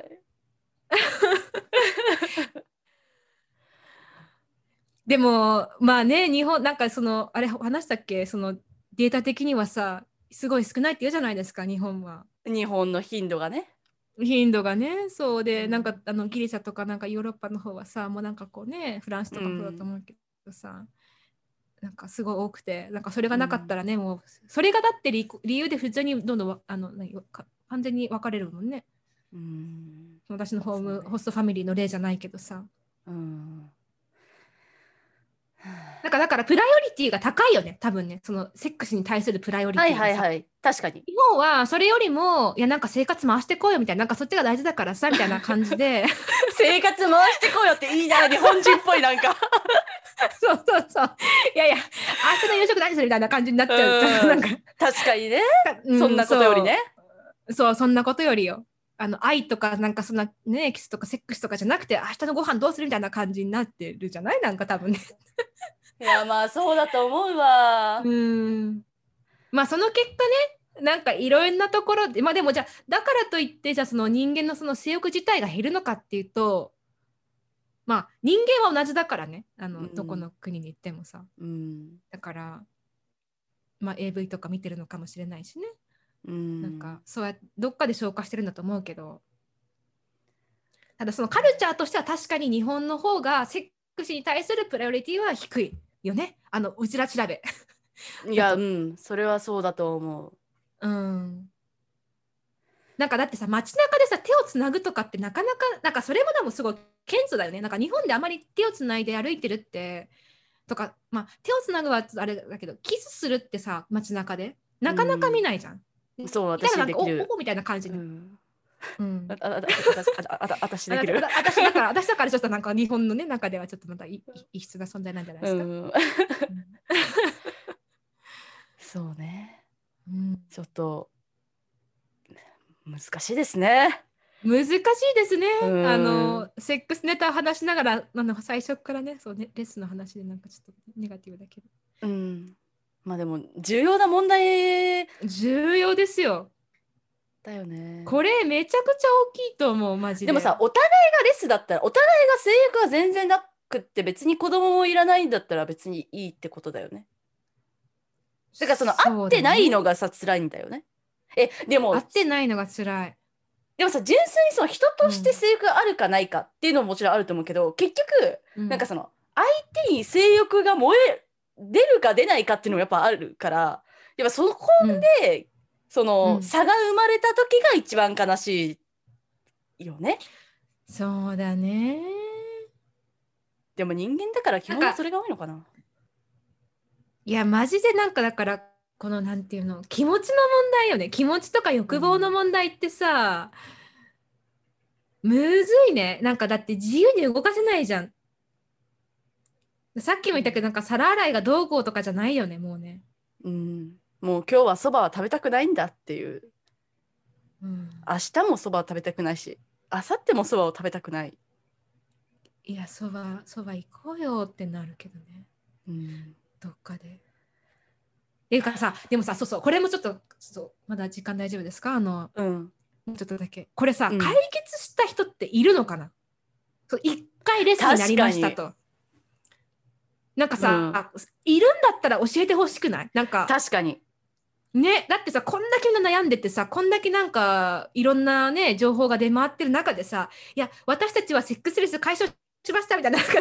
でもまあね日本なんかそのあれ話したっけそのデータ的にはさすごい少ないって言うじゃないですか日本は。 日本の頻度がね。 頻度がねそうで、 うん、 なんかあのギリシャとかなんかヨーロッパの方はさもうなんかこうねフランスとかもそうだと思うけどさ、うん、なんかすごい多くてなんかそれがなかったらね、うん、もうそれがだって理由で普通にどんどんあの完全に分かれるもんね。うん、私のホーム、ね、ホストファミリーの例じゃないけどさ。うんなんかだからプライオリティが高いよね多分ねそのセックスに対するプライオリティがさ。はいはいはい確かに。 日本はそれよりもいやなんか生活回してこいよみたいななんかそっちが大事だからさみたいな感じで生活回してこいよっていいな日本人っぽいなんかそうそうそういやいや明日の夕食何するみたいな感じになっちゃうなんか確かにね、うん、そんなことよりね。 そう、そうそんなことよりよあの愛とかなんかそんなねキスとかセックスとかじゃなくて明日のご飯どうするみたいな感じになってるじゃないなんか多分ねいやまあそうだと思うわ。 うんまあその結果ねなんかいろんなところでまあでもじゃあだからといってじゃあその人間のその性欲自体が減るのかっていうとまあ人間は同じだからねあの、うん、どこの国に行ってもさ、うん、だからまあ エーブイ とか見てるのかもしれないしね、うん、なんかそうやってどっかで消化してるんだと思うけどただそのカルチャーとしては確かに日本の方がセックスに対するプライオリティは低いよねあのうちら調べいやうんそれはそうだと思う。うんなんかだってさ街中でさ手をつなぐとかってなかなかなんかそれもでもすごい顕著だよね。なんか日本であまり手をつないで歩いてるってとかまあ手をつなぐはあれだけどキスするってさ街中でなかなか見ないじゃん。 うん、そう私できる。 おおみたいな感じで。 うんうん、 ああああ私できる。 私だから私だからちょっとなんか日本のね中ではちょっとまた異質な存在なんじゃないですか。うん、 そうね、うん。ちょっと難しいですね。 難しいですね。あのセックスネタを話しながらあの最初からねそうねレッスンの話でなんかちょっとネガティブだけど。 うん。まあでも重要な問題重要ですよ。 だよね。 これめちゃくちゃ大きいと思うマジで。 でもさお互いがレスだったらお互いが性欲が全然なくって別に子供もいらないんだったら別にいいってことだよね。だからその合ってないのがさ辛いんだよね。えでも合ってないのが辛い。 でもさ、純粋にその人として性欲があるかないかっていうのももちろんあると思うけど、結局、 うん、 なんかその相手に性欲が燃え出るか出ないかっていうのもやっぱあるから、やっぱそこで、うん、その、うん、差が生まれた時が一番悲しいよね。 そうだね。 でも人間だから基本はそれが多いのかな。 いやマジでなんかだからこのなんていうの、気持ちの問題よね。気持ちとか欲望の問題ってさ、うん、むずいね。なんかだって自由に動かせないじゃん。さっきも言ったけどなんか皿洗いがどうこうとかじゃないよね、もうね。 うん、もう今日はそばは食べたくないんだっていう、うん、明日もそばを食べたくないし、明後日もそばを食べたくない。 いや、そばそば行こうよってなるけどね、 うん、 どっかで。っていうかさ、でもさ、そうそう、これもちょっとそうまだ時間大丈夫ですか？あの、うん、もうちょっとだけこれさ、うん、解決した人っているのかな？そう一回レスになりましたと。なんかさ、うん、いるんだったら教えてほしくない？なんか確かにね、だってさ、こんだけ悩んでてさ、こんだけなんかいろんなね情報が出回ってる中でさ、いや私たちはセックスレス解消しましたみたいな成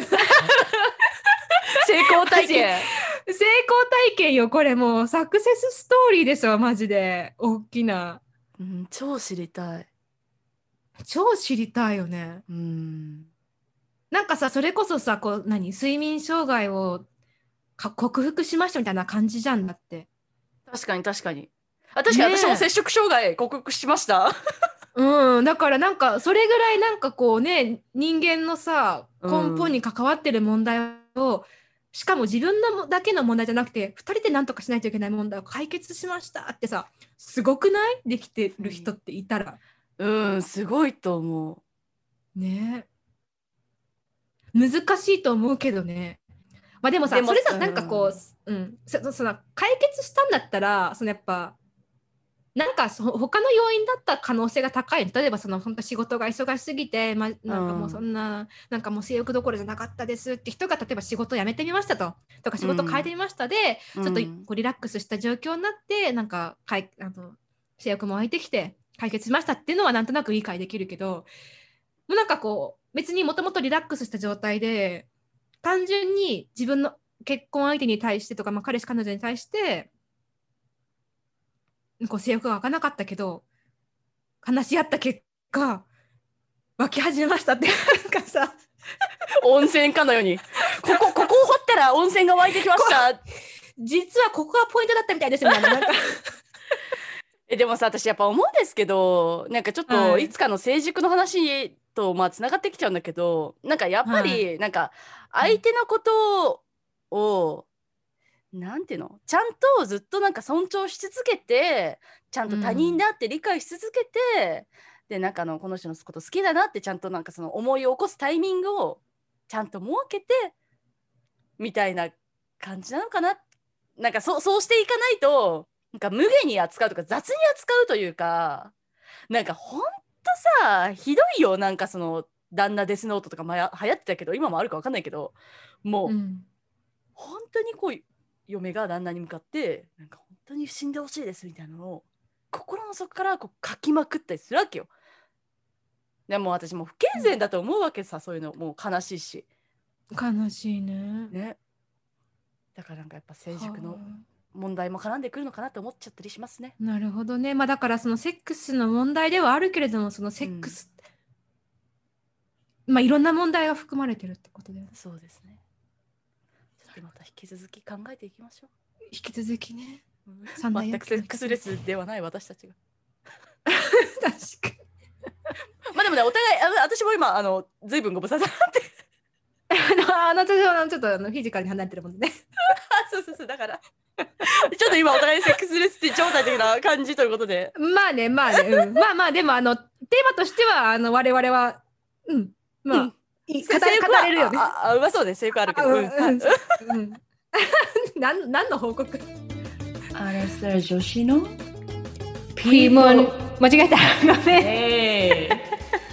功体験成功体験よ、これもうサクセスストーリーでしょ、マジで大きな、 うん、超知りたい、 超知りたいよね。うん、なんかさ、それこそさ、こう何睡眠障害をか克服しましたみたいな感じじゃん。だって確かに確かにあ、確かに私も摂食障害克服しましたうん、だからなんかそれぐらいなんかこうね、人間のさ根本に関わってる問題を、うん、しかも自分のだけの問題じゃなくてふたりで何とかしないといけない問題を解決しましたってさ、すごくない？できてる人っていたら、 うん、うん、すごいと思うね。難しいと思うけどね。まあでもさ、でもそれさ、なんかこう、うん、そその解決したんだったら、そのやっぱなんかそ他の要因だった可能性が高い。例えばその本当仕事が忙しすぎて、ま、なんかもうそんな、うん、なんかもう性欲どころじゃなかったですって人が例えば仕事を辞めてみましたととか仕事を変えてみましたで、うん、ちょっとこうリラックスした状況になってなんかかいあの性欲も湧いてきて解決しましたっていうのはなんとなく理解できるけど、もうなんかこう別にもともとリラックスした状態で単純に自分の結婚相手に対してとか、まあ、彼氏彼女に対してこう性欲が湧かなかったけど話し合った結果湧き始めましたってなんかさ温泉かのようにここここを掘ったら温泉が湧いてきました実はここがポイントだったみたいですみたいななんかえでもさ、私やっぱ思うんですけど、なんかちょっといつかの成熟の話とまあつながってきちゃうんだけど、なんかやっぱりなんか相手のことを、うん、なんていうの、ちゃんとずっとなんか尊重し続けて、ちゃんと他人だって理解し続けて、うん、でなんかあのこの人のこと好きだなってちゃんとなんかその思いを起こすタイミングをちゃんと設けてみたいな感じなのかな。なんかそそうしていかないとなんか無限に扱うとか雑に扱うというか、なんかほんとさひどいよ。なんかその旦那デスノートとか、ま、流行ってたけど今もあるか分かんないけど、もう、うん、本当にこう嫁が旦那に向かってなんか本当に死んでほしいですみたいなのを心の底からこう書きまくったりするわけよ。でも私もう不健全だと思うわけさ、うん、そういうのもう悲しいし。 悲しい ね, ねだからなんかやっぱ成熟の問題も絡んでくるのかなと思っちゃったりしますね。 なるほどね。まあだからそのセックスの問題ではあるけれども、そのセックス、うん、まあいろんな問題が含まれてるってことだよね。 そうですね。ちょっとまた引き続き考えていきましょう。 引き続きね、 うん、全くセックスレスではない私たちが確かにまあでもね、お互いあ私も今あの随分ご無沙汰になってあのちょっとあのフィジカルに離れてるもんねそうそうそう、だからちょっと今お互いセックスレスって状態的な感じということでまあねまあね、うん、まあまあでもあのテーマとしてはあの我々はうんまあ、うん、語れるよね。 ああ、うまそうね、性欲あるけど、うんうんうん、 何何の報告？ アラサー女子のピーモン間違えたごめん、えー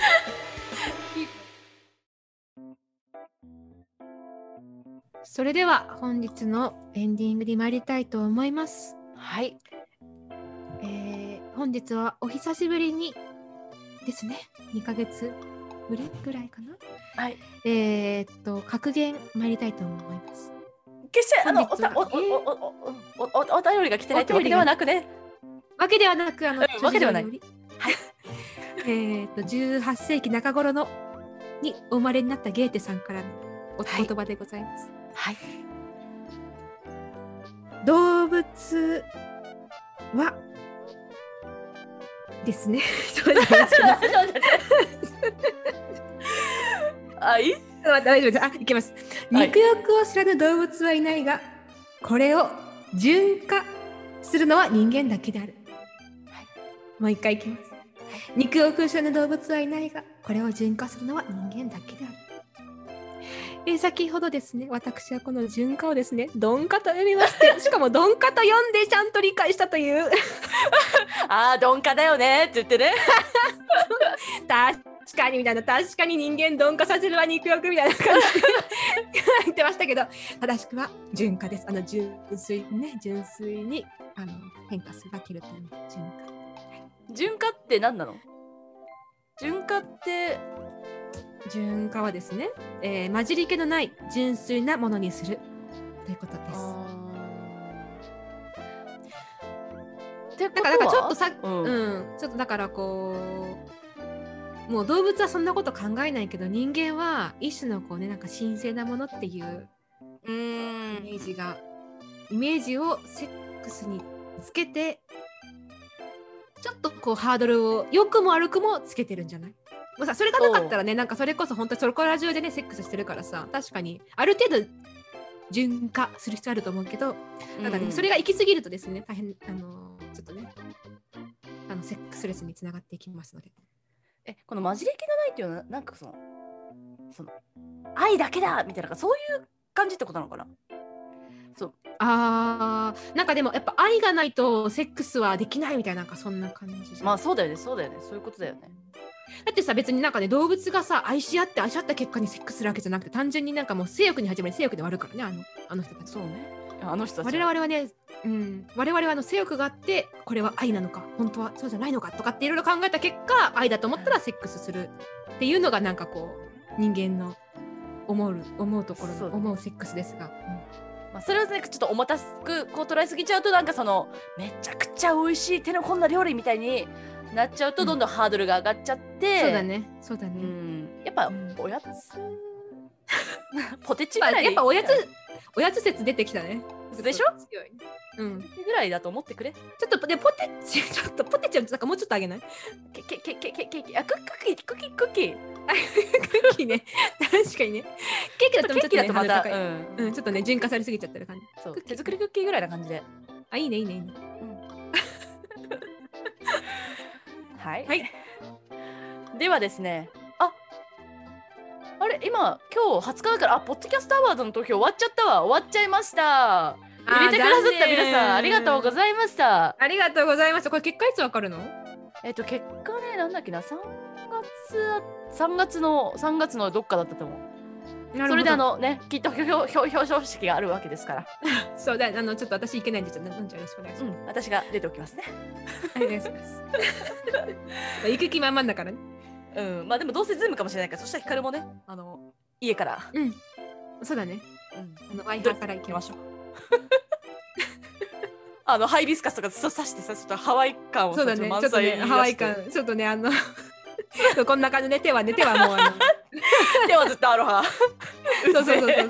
それでは本日のエンディングに参りたいと思います。 はい、 えー、本日はお久しぶりにですね。にかげつぶりぐらいかな。 はい。 えー、っと格言参りたいと思います。 決してあのお本日はたおおおおおおお便りが来てないってわけではなくね。 わけではなくあのわけではない。 はい。えー、っとじゅうはっせいき中頃のにお生まれになったゲーテさんからのお言葉でございます。 はい。 動物はですね。ちょっと待ってちょっと待って。 あ、いい？ 大丈夫です。あ、いけます。肉欲を知らぬ動物はいないが、これを純化するのは人間だけである。はい、もう一回いきます。肉欲を知らぬ動物はいないが、これを純化するのは人間だけである。え先ほどですね、私はこの純化をですね、鈍化と読みまして、しかも鈍化と読んでちゃんと理解したという。 ああ、鈍化だよねって言ってね。 確かにみたいな、確かに人間鈍化させるわ肉欲みたいな感じで言ってましたけど、正しくは純化です。あの純粋ね、純粋にあの変化するわけるという純化。 純化って何なの？純化って純化はですね、えー、混じり気のない純粋なものにするということです。だからなんかちょっとさ、うん、うん、ちょっとだからこうもう動物はそんなこと考えないけど、人間は一種のこうね、なんか神聖なものっていうイメージがイメージをセックスにつけて、ちょっとこうハードルを良くも悪くもつけてるんじゃない？もうさ、それがなかったらね、なんかそれこそ本当にそこら中でねセックスしてるからさ、確かにある程度純化する必要あると思うけど、なんかね、うん、それが行き過ぎるとですね、大変あのちょっとね、あのセックスレスにつながっていきますので。 え、この混じり気がないっていうのはなんかそのその愛だけだみたいな、そういう感じってことなのかな。そう、 あー、なんかでもやっぱ愛がないとセックスはできないみたいな、なんかそんな感じじゃん。 まあそうだよね、そうだよね、そういうことだよね。 だってさ、別になんかね、動物がさ愛し合って愛し合った結果にセックスするわけじゃなくて、単純になんかもう性欲に始まり性欲で終わるからね、あのあの人たち。 そうね、あの人たち。 我々はね、うん、我々はあの性欲があって、これは愛なのか本当はそうじゃないのかとかっていろいろ考えた結果、愛だと思ったらセックスするっていうのがなんかこう人間の思う思うところの思うセックスですが、うん、 まあ、それをねちょっと重たくこう捉えすぎちゃうと、なんかそのめちゃくちゃ美味しい手の込んだ料理みたいになっちゃうと、どんどんハードルが上がっちゃって、 うん、そうだねそうだね、 うん、やっぱおやつ、うん、ポテチぐらいやっぱおやつおやつ説出てきたねでしょ。 強い、うん、 ぐらいだと思ってくれ。 ちょっとでポテチちょっとポテチなんかもうちょっとあげない？ ケケケケケケケあクッキークッキークッキークッキーね、確かにね。ケーキだとちょっとね、また、うんうん、ちょっとね純化されすぎちゃってる感じ。 そう手作りクッキーぐらいな感じで。 あ、いいねいいねいいね。うん、 はいはい。ではですね、ああれ今今日はつかだから、あポッドキャストアワードの投票終わっちゃったわ。終わっちゃいました。入れてくださった皆さんありがとうございました。 ありがとうございました。これ結果いつわかるの？ えっと結果ね、なんだっけな、さんがつさんがつのさんがつのどっかだったと思う。それであのね、きっと表表彰式があるわけですから。 そうだ、あのちょっと私行けないんで、ちょっとなんちゃよろしくお願いします。 うん、私が出ておきますね。 お願いします。行く気満々だからね。 うん、まあでもどうせズームかもしれないから、そしたらヒカルもね、あの家から。 うん、そうだね。うん、あの Wi-Fi から行きましょう。 あのハイビスカスとかずっと刺してさ、ちょっとハワイ感をそうだね、ちょっとねハワイ感、ちょっとねあのこんな感じで手はね手はもうあの手はずっとアロハ。 そうそうそうそうそう。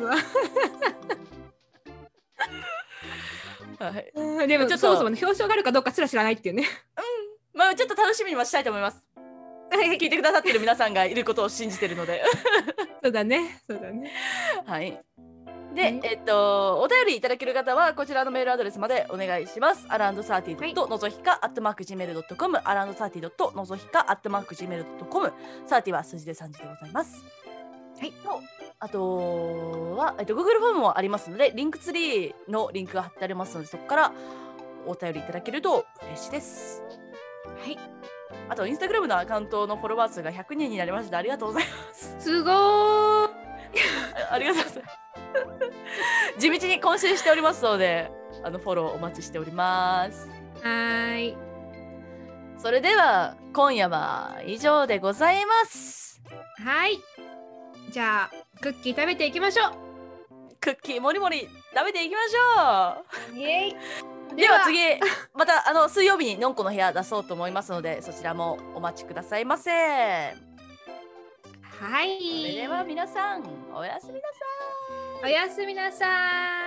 はい。 でもちょっとそもそも表彰があるかどうかすら知らないっていうね。 うん。まあちょっと楽しみにはしたいと思います。聞いてくださってる皆さんがいることを信じてるので。 そうだねそうだね。 はい。で、えっと、お便りいただける方はこちらのメールアドレスまでお願いします。アラウンドサーティードットのぞひかアットマークジーメールドットコム、アラウンドサーティードットのぞひかアットマークジーメールドットコム、サーティーは数字でさんじでございます。はい。あとは、えっと、Google フォームもありますので、リンクツリーのリンクが貼ってありますので、そこからお便りいただけると嬉しいです。はい。あと、インスタグラムのアカウントのフォロワー数がひゃくにんになりました。ありがとうございます。 すごーい。 ありがとうございます。地道に更新しておりますので、あのフォローお待ちしております。 はい。 それでは今夜は以上でございます。 はい、じゃあクッキー食べていきましょう。 クッキーもりもり食べていきましょう。 イエイ。 では次またあの水曜日にのんこの部屋出そうと思いますので、そちらもお待ちくださいませ。 はい、 それでは皆さんおやすみなさい。 おやすみなさい。